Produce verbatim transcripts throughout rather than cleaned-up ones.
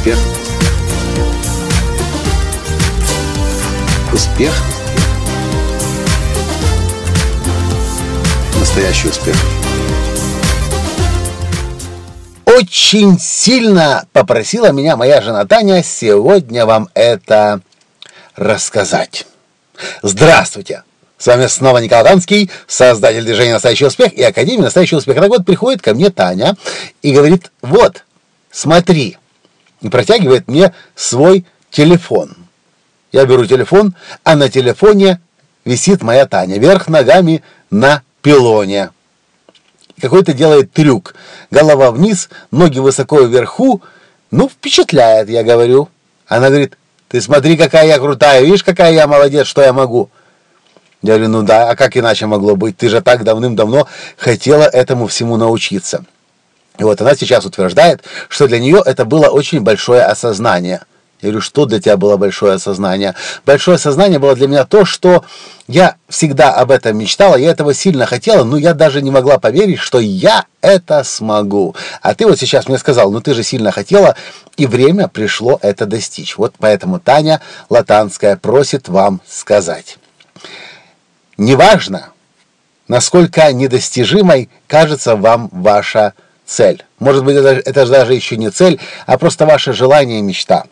Успех. Успех. Настоящий успех. Очень сильно попросила меня моя жена Таня сегодня вам это рассказать. Здравствуйте! С вами снова Николай Танский, создатель движения «Настоящий успех» и Академии «Настоящий успех». Так вот, приходит ко мне Таня и говорит: вот, смотри. И протягивает мне свой телефон. Я беру телефон, а на телефоне висит моя Таня, вверх ногами на пилоне. Какой-то делает трюк. Голова вниз, ноги высоко вверху. Ну, впечатляет, я говорю. Она говорит: ты смотри, какая я крутая, видишь, какая я молодец, что я могу. Я говорю: ну да, а как иначе могло быть? Ты же так давным-давно хотела этому всему научиться. И вот она сейчас утверждает, что для нее это было очень большое осознание. Я говорю: что для тебя было большое осознание? Большое осознание было для меня то, что я всегда об этом мечтала, я этого сильно хотела, но я даже не могла поверить, что я это смогу. А ты вот сейчас мне сказал: ну ты же сильно хотела, и время пришло это достичь. Вот поэтому Таня Латанская просит вам сказать: неважно, насколько недостижимой кажется вам ваша цель. Может быть, это, это даже еще не цель, а просто ваше желание и мечта.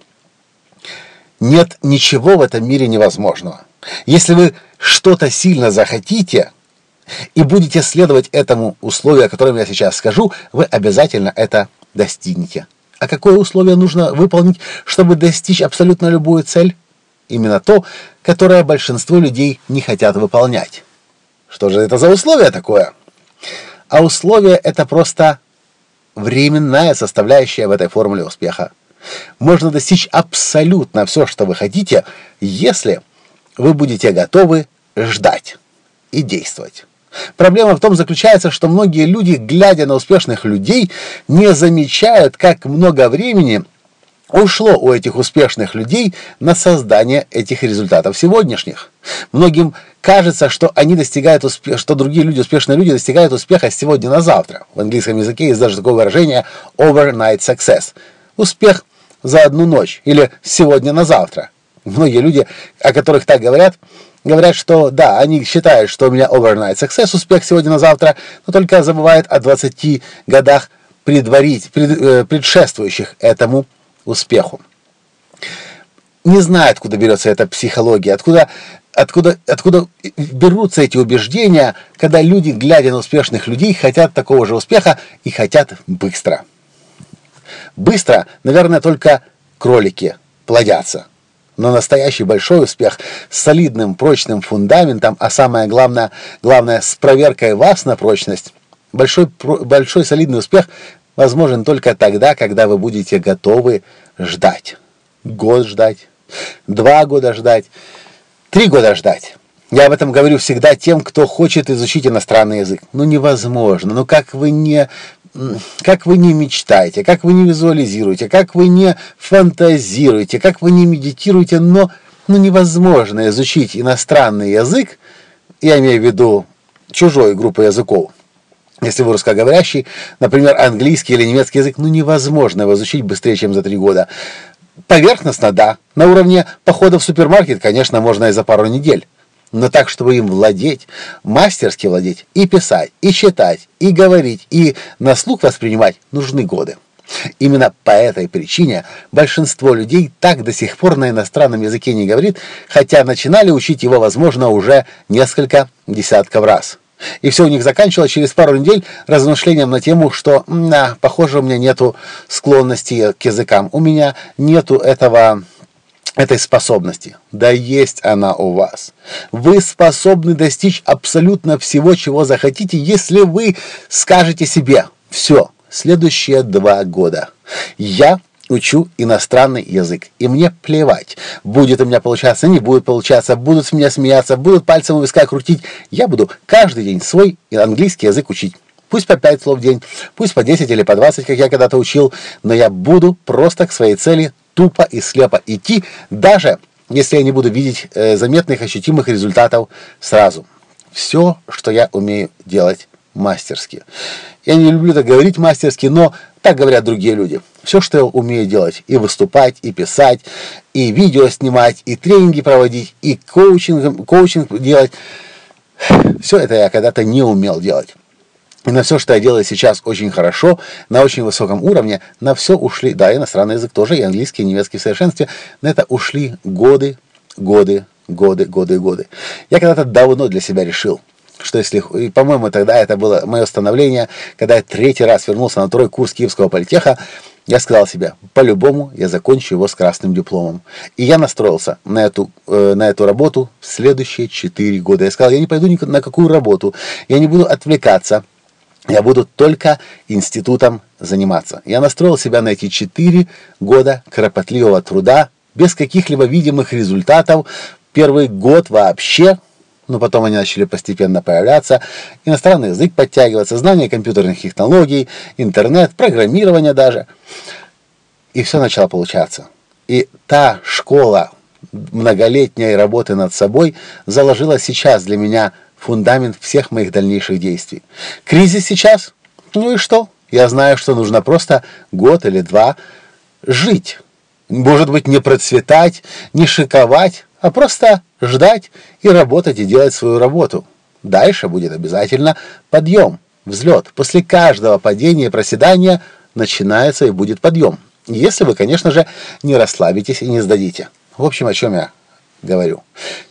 Нет ничего в этом мире невозможного. Если вы что-то сильно захотите и будете следовать этому условию, о котором я сейчас скажу, вы обязательно это достигнете. А какое условие нужно выполнить, чтобы достичь абсолютно любую цель? Именно то, которое большинство людей не хотят выполнять. Что же это за условие такое? А условие — это просто временная составляющая в этой формуле успеха. Можно достичь абсолютно все, что вы хотите, если вы будете готовы ждать и действовать. Проблема в том заключается, что многие люди, глядя на успешных людей, не замечают, как много времени ушло у этих успешных людей на создание этих результатов сегодняшних. Многим кажется, что они достигают успеха, что другие люди, успешные люди, достигают успеха с сегодня на завтра. В английском языке есть даже такое выражение overnight success. Успех за одну ночь или сегодня на завтра. Многие люди, о которых так говорят, говорят, что да, они считают, что у меня overnight success, успех сегодня на завтра, но только забывают о двадцати годах предварить, пред, предшествующих этому успеху. Не знаю, откуда берется эта психология, откуда, откуда, откуда берутся эти убеждения, когда люди, глядя на успешных людей, хотят такого же успеха и хотят быстро. Быстро, наверное, только кролики плодятся. Но настоящий большой успех с солидным, прочным фундаментом, а самое главное, главное с проверкой вас на прочность, большой, большой солидный успех возможен только тогда, когда вы будете готовы ждать. Год ждать, два года ждать, три года ждать. Я об этом говорю всегда тем, кто хочет изучить иностранный язык. Ну невозможно, ну как вы не... Как вы не мечтаете, как вы не визуализируете, как вы не фантазируете, как вы не медитируете, но ну, невозможно изучить иностранный язык, я имею в виду чужой группы языков. Если вы русскоговорящий, например, английский или немецкий язык, ну невозможно его изучить быстрее, чем за три года. Поверхностно, да. На уровне похода в супермаркет, конечно, можно и за пару недель. Но так, чтобы им владеть, мастерски владеть, и писать, и читать, и говорить, и на слух воспринимать, нужны годы. Именно по этой причине большинство людей так до сих пор на иностранном языке не говорит, хотя начинали учить его, возможно, уже несколько десятков раз. И все у них заканчивалось через пару недель размышлением на тему, что, на, похоже, у меня нету склонности к языкам, у меня нету этого... этой способности. Да есть она у вас. Вы способны достичь абсолютно всего, чего захотите, если вы скажете себе: все, следующие два года я учу иностранный язык, и мне плевать, будет у меня получаться, не будет получаться, будут с меня смеяться, будут пальцем у виска крутить, я буду каждый день свой английский язык учить. Пусть по пять слов в день, пусть по десять или по двадцать, как я когда-то учил, но я буду просто к своей цели тупо и слепо идти, даже если я не буду видеть э, заметных, ощутимых результатов сразу. Все, что я умею делать, мастерски. Я не люблю так говорить мастерски, но так говорят другие люди. Все, что я умею делать, и выступать, и писать, и видео снимать, и тренинги проводить, и коучинг, коучинг делать, все это я когда-то не умел делать. И на все, что я делаю сейчас очень хорошо, на очень высоком уровне, на все ушли, да, иностранный язык тоже, и английский, и немецкий в совершенстве, на это ушли годы, годы, годы, годы, годы. Я когда-то давно для себя решил, что если, и, по-моему, тогда это было мое становление, когда я третий раз вернулся на второй курс Киевского политеха, я сказал себе, по-любому я закончу его с красным дипломом. И я настроился на эту, э, на эту работу в следующие четыре года. Я сказал, я не пойду ни на какую работу, я не буду отвлекаться, я буду только институтом заниматься. Я настроил себя на эти четыре года кропотливого труда, без каких-либо видимых результатов. Первый год вообще, но потом они начали постепенно появляться. Иностранный язык подтягиваться, знание компьютерных технологий, интернет, программирование даже. И все начало получаться. И та школа многолетней работы над собой заложила сейчас для меня фундамент всех моих дальнейших действий. Кризис сейчас? Ну и что? Я знаю, что нужно просто год или два жить. Может быть, не процветать, не шиковать, а просто ждать и работать, и делать свою работу. Дальше будет обязательно подъем, взлет. После каждого падения и проседания начинается и будет подъем. Если вы, конечно же, не расслабитесь и не сдадите. В общем, о чем я говорю.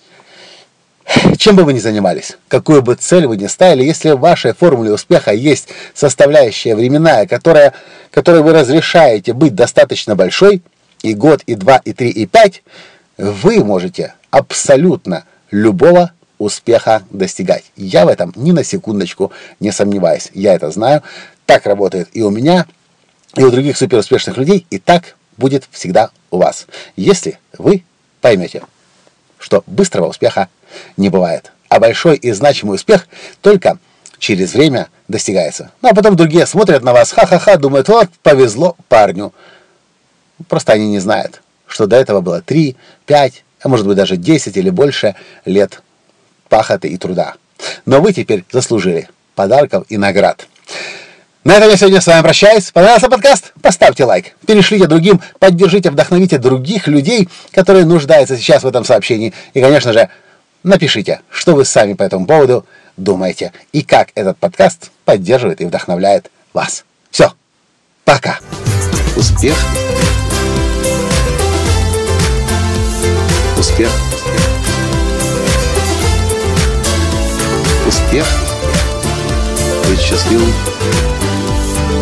Чем бы вы ни занимались, какую бы цель вы ни ставили, если в вашей формуле успеха есть составляющая временная, которая, которой вы разрешаете быть достаточно большой, и год, и два, и три, и пять, вы можете абсолютно любого успеха достигать. Я в этом ни на секундочку не сомневаюсь. Я это знаю. Так работает и у меня, и у других суперуспешных людей, и так будет всегда у вас. Если вы поймете, что быстрого успеха не бывает, а большой и значимый успех только через время достигается. Ну а потом другие смотрят на вас, ха-ха-ха, думают, вот повезло парню. Просто они не знают, что до этого было три, пять, а может быть даже десять или больше лет пахоты и труда. Но вы теперь заслужили подарков и наград. На этом я сегодня с вами прощаюсь. Понравился подкаст? Поставьте лайк. Перешлите другим, поддержите, вдохновите других людей, которые нуждаются сейчас в этом сообщении. И, конечно же, напишите, что вы сами по этому поводу думаете. И как этот подкаст поддерживает и вдохновляет вас. Все. Пока. Успех. Успех. Успех. Быть счастливым,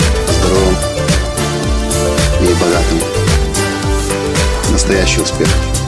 здоровым и богатым. Настоящий успех.